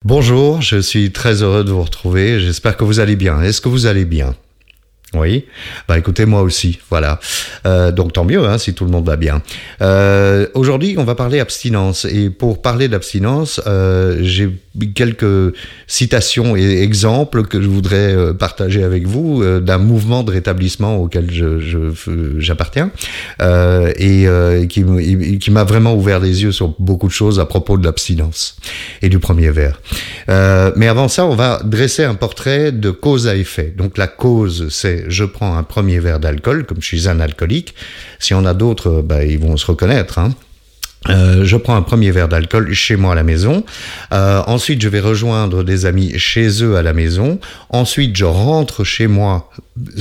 Bonjour, je suis très heureux de vous retrouver. J'espère que vous allez bien. Est-ce que vous allez bien ? Oui, écoutez, moi aussi, voilà. Donc tant mieux, si tout le monde va bien. Aujourd'hui, on va parler abstinence. Et pour parler d'abstinence, j'ai quelques citations et exemples que je voudrais partager avec vous d'un mouvement de rétablissement auquel j'appartiens et qui m'a vraiment ouvert les yeux sur beaucoup de choses à propos de l'abstinence et du premier verre. Mais avant ça, on va dresser un portrait de cause à effet. Donc la cause, c'est je prends un premier verre d'alcool, comme je suis un alcoolique. Si on a d'autres, ils vont se reconnaître, je prends un premier verre d'alcool chez moi à la maison. Ensuite, je vais rejoindre des amis chez eux à la maison. Ensuite, je rentre chez moi.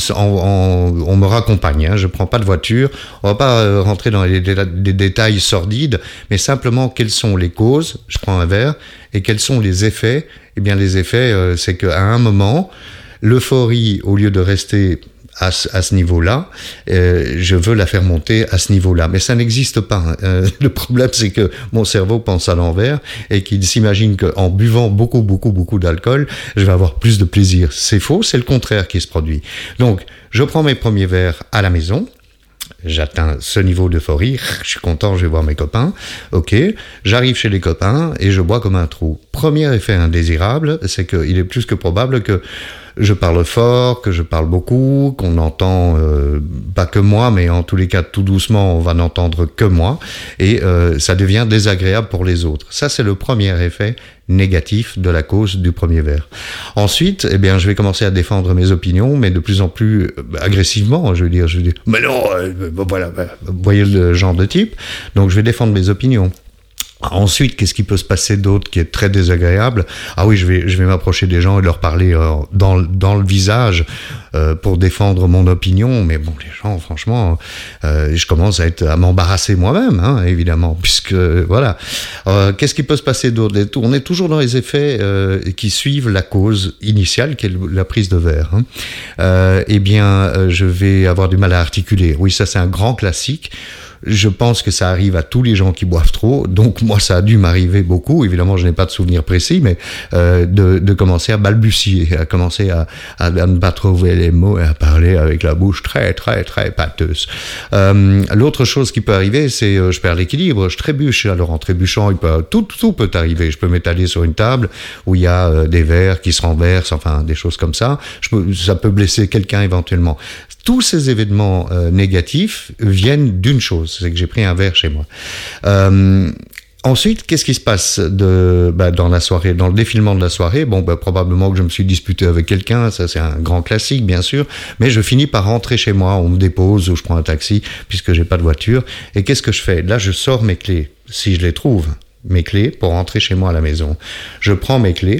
On me raccompagne. Je prends pas de voiture. On va pas rentrer dans des détails sordides, mais simplement quelles sont les causes. Je prends un verre et quels sont les effets. Eh bien, les effets, c'est qu'à un moment, l'euphorie, au lieu de rester à ce niveau-là, je veux la faire monter à ce niveau-là. Mais ça n'existe pas. Le problème, c'est que mon cerveau pense à l'envers et qu'il s'imagine qu'en buvant beaucoup d'alcool, je vais avoir plus de plaisir. C'est faux, c'est le contraire qui se produit. Donc, je prends mes premiers verres à la maison. J'atteins ce niveau d'euphorie, je suis content, je vais voir mes copains, ok, j'arrive chez les copains et je bois comme un trou. Premier effet indésirable, c'est qu'il est plus que probable que je parle fort, que je parle beaucoup, qu'on n'entend pas que moi, mais en tous les cas, tout doucement, on va n'entendre que moi, et ça devient désagréable pour les autres. Ça, c'est le premier effet négatif de la cause du premier verre. Ensuite, je vais commencer à défendre mes opinions, mais de plus en plus agressivement, je veux dire, mais non, voilà, vous voyez le genre de type, donc je vais défendre mes opinions. Ensuite, qu'est-ce qui peut se passer d'autre qui est très désagréable ? Ah oui, je vais m'approcher des gens et leur parler dans le visage pour défendre mon opinion. Mais bon, les gens, franchement, je commence à m'embarrasser moi-même, évidemment, puisque voilà. Qu'est-ce qui peut se passer d'autre ? On est toujours dans les effets qui suivent la cause initiale, qui est la prise de verre. Je vais avoir du mal à articuler. Oui, ça c'est un grand classique. Je pense que ça arrive à tous les gens qui boivent trop, donc moi ça a dû m'arriver beaucoup, évidemment je n'ai pas de souvenir précis, mais de commencer à balbutier, à commencer à ne pas trouver les mots et à parler avec la bouche très pâteuse. L'autre chose qui peut arriver, c'est je perds l'équilibre, je trébuche. Alors en trébuchant, tout peut arriver. Je peux m'étaler sur une table où il y a des verres qui se renversent, enfin des choses comme ça. Ça peut blesser quelqu'un éventuellement. Tous ces événements négatifs viennent d'une chose, c'est que j'ai pris un verre chez moi. Ensuite, qu'est-ce qui se passe dans la soirée, dans le défilement de la soirée ? Probablement que je me suis disputé avec quelqu'un, ça c'est un grand classique bien sûr, mais je finis par rentrer chez moi, on me dépose ou je prends un taxi puisque j'ai pas de voiture. Et qu'est-ce que je fais ? Là, je sors mes clés, si je les trouve, mes clés pour rentrer chez moi à la maison. Je prends mes clés.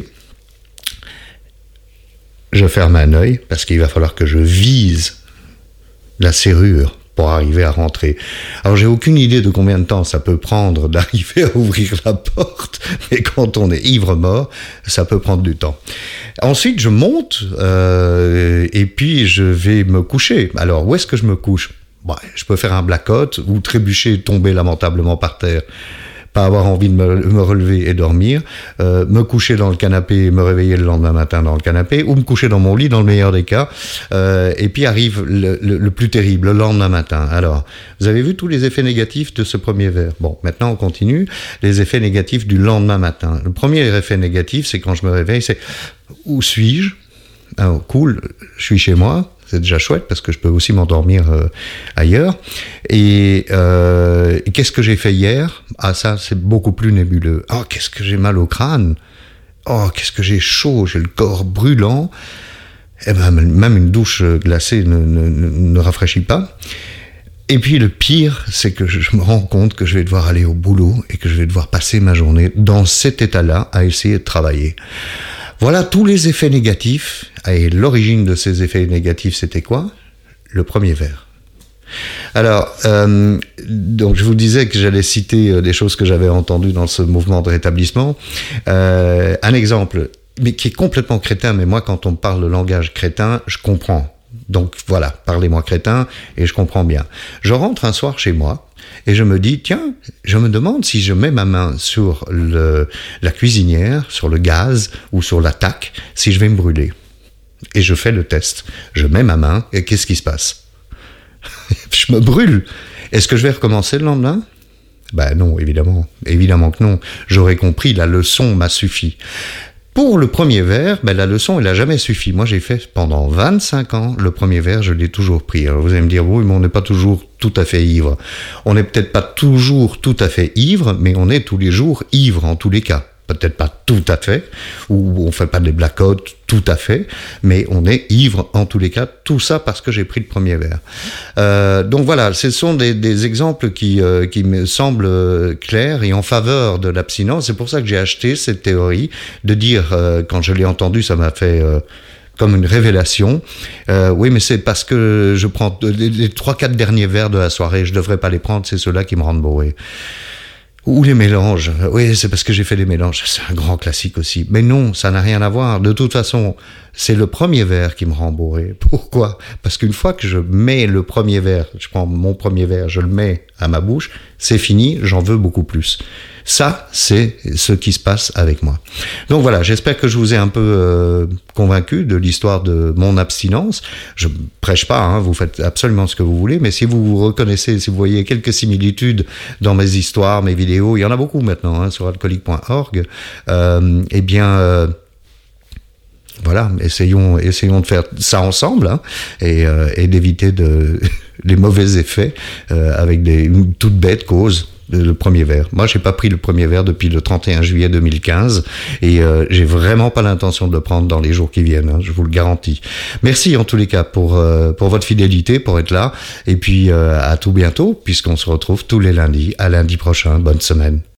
Je ferme un œil parce qu'il va falloir que je vise la serrure pour arriver à rentrer. Alors j'ai aucune idée de combien de temps ça peut prendre d'arriver à ouvrir la porte, mais quand on est ivre-mort, ça peut prendre du temps. Ensuite je monte et puis je vais me coucher. Alors où est-ce que je me couche ? Je peux faire un blackout ou trébucher et tomber lamentablement par terre. Pas avoir envie de me relever et dormir, me coucher dans le canapé et me réveiller le lendemain matin dans le canapé, ou me coucher dans mon lit dans le meilleur des cas, et puis arrive le plus terrible, le lendemain matin. Alors, vous avez vu tous les effets négatifs de ce premier verre. Bon, maintenant on continue, les effets négatifs du lendemain matin. Le premier effet négatif, c'est quand je me réveille, c'est « Où suis-je » Alors, cool, je suis chez moi. C'est déjà chouette parce que je peux aussi m'endormir ailleurs. Et qu'est-ce que j'ai fait hier ? Ah, ça, c'est beaucoup plus nébuleux. Oh, qu'est-ce que j'ai mal au crâne ? Oh, qu'est-ce que j'ai chaud, j'ai le corps brûlant. Et même une douche glacée ne rafraîchit pas. Et puis le pire, c'est que je me rends compte que je vais devoir aller au boulot et que je vais devoir passer ma journée dans cet état-là à essayer de travailler. Voilà tous les effets négatifs. Et l'origine de ces effets négatifs, c'était quoi ? Le premier verre. Alors, donc je vous disais que j'allais citer des choses que j'avais entendues dans ce mouvement de rétablissement. Un exemple, mais qui est complètement crétin, mais moi, quand on me parle le langage crétin, je comprends. Donc voilà, parlez-moi crétin, et je comprends bien. Je rentre un soir chez moi, et je me dis, tiens, je me demande si je mets ma main sur la cuisinière, sur le gaz, ou sur l'attaque, si je vais me brûler. Et je fais le test. Je mets ma main, et qu'est-ce qui se passe? Je me brûle. Est-ce que je vais recommencer le lendemain? Ben non, évidemment. Évidemment que non. J'aurais compris, la leçon m'a suffi. Pour le premier verre, ben la leçon, elle n'a jamais suffi. Moi, j'ai fait pendant 25 ans, le premier verre, je l'ai toujours pris. Alors, vous allez me dire, oui, mais on n'est pas toujours tout à fait ivre. On n'est peut-être pas toujours tout à fait ivre, mais on est tous les jours ivre en tous les cas. Peut-être pas tout à fait, ou on fait pas des blackouts tout à fait, mais on est ivre en tous les cas, tout ça parce que j'ai pris le premier verre. Donc voilà, ce sont des exemples qui me semblent clairs et en faveur de l'abstinence. C'est pour ça que j'ai acheté cette théorie de dire, quand je l'ai entendue, ça m'a fait... comme une révélation. Oui, mais c'est parce que je prends les 3-4 derniers verres de la soirée, je devrais pas les prendre, c'est ceux-là qui me rendent bourré. Ou les mélanges. Oui, c'est parce que j'ai fait des mélanges. C'est un grand classique aussi. Mais non, ça n'a rien à voir. De toute façon, c'est le premier verre qui me rend bourré. Pourquoi? Parce qu'une fois que je mets le premier verre, je prends mon premier verre, je le mets à ma bouche, c'est fini, j'en veux beaucoup plus. Ça, c'est ce qui se passe avec moi. Donc voilà, j'espère que je vous ai un peu convaincu de l'histoire de mon abstinence. Je prêche pas, hein, vous faites absolument ce que vous voulez, mais si vous vous reconnaissez, si vous voyez quelques similitudes dans mes histoires, mes vidéos, il y en a beaucoup maintenant hein, sur alcoolique.org, eh bien... voilà, essayons de faire ça ensemble hein, et d'éviter les mauvais effets avec une toute bête cause. Le premier verre. Moi, j'ai pas pris le premier verre depuis le 31 juillet 2015 et j'ai vraiment pas l'intention de le prendre dans les jours qui viennent, hein, je vous le garantis. Merci en tous les cas pour votre fidélité, pour être là et puis à tout bientôt puisqu'on se retrouve tous les lundis. À lundi prochain. Bonne semaine.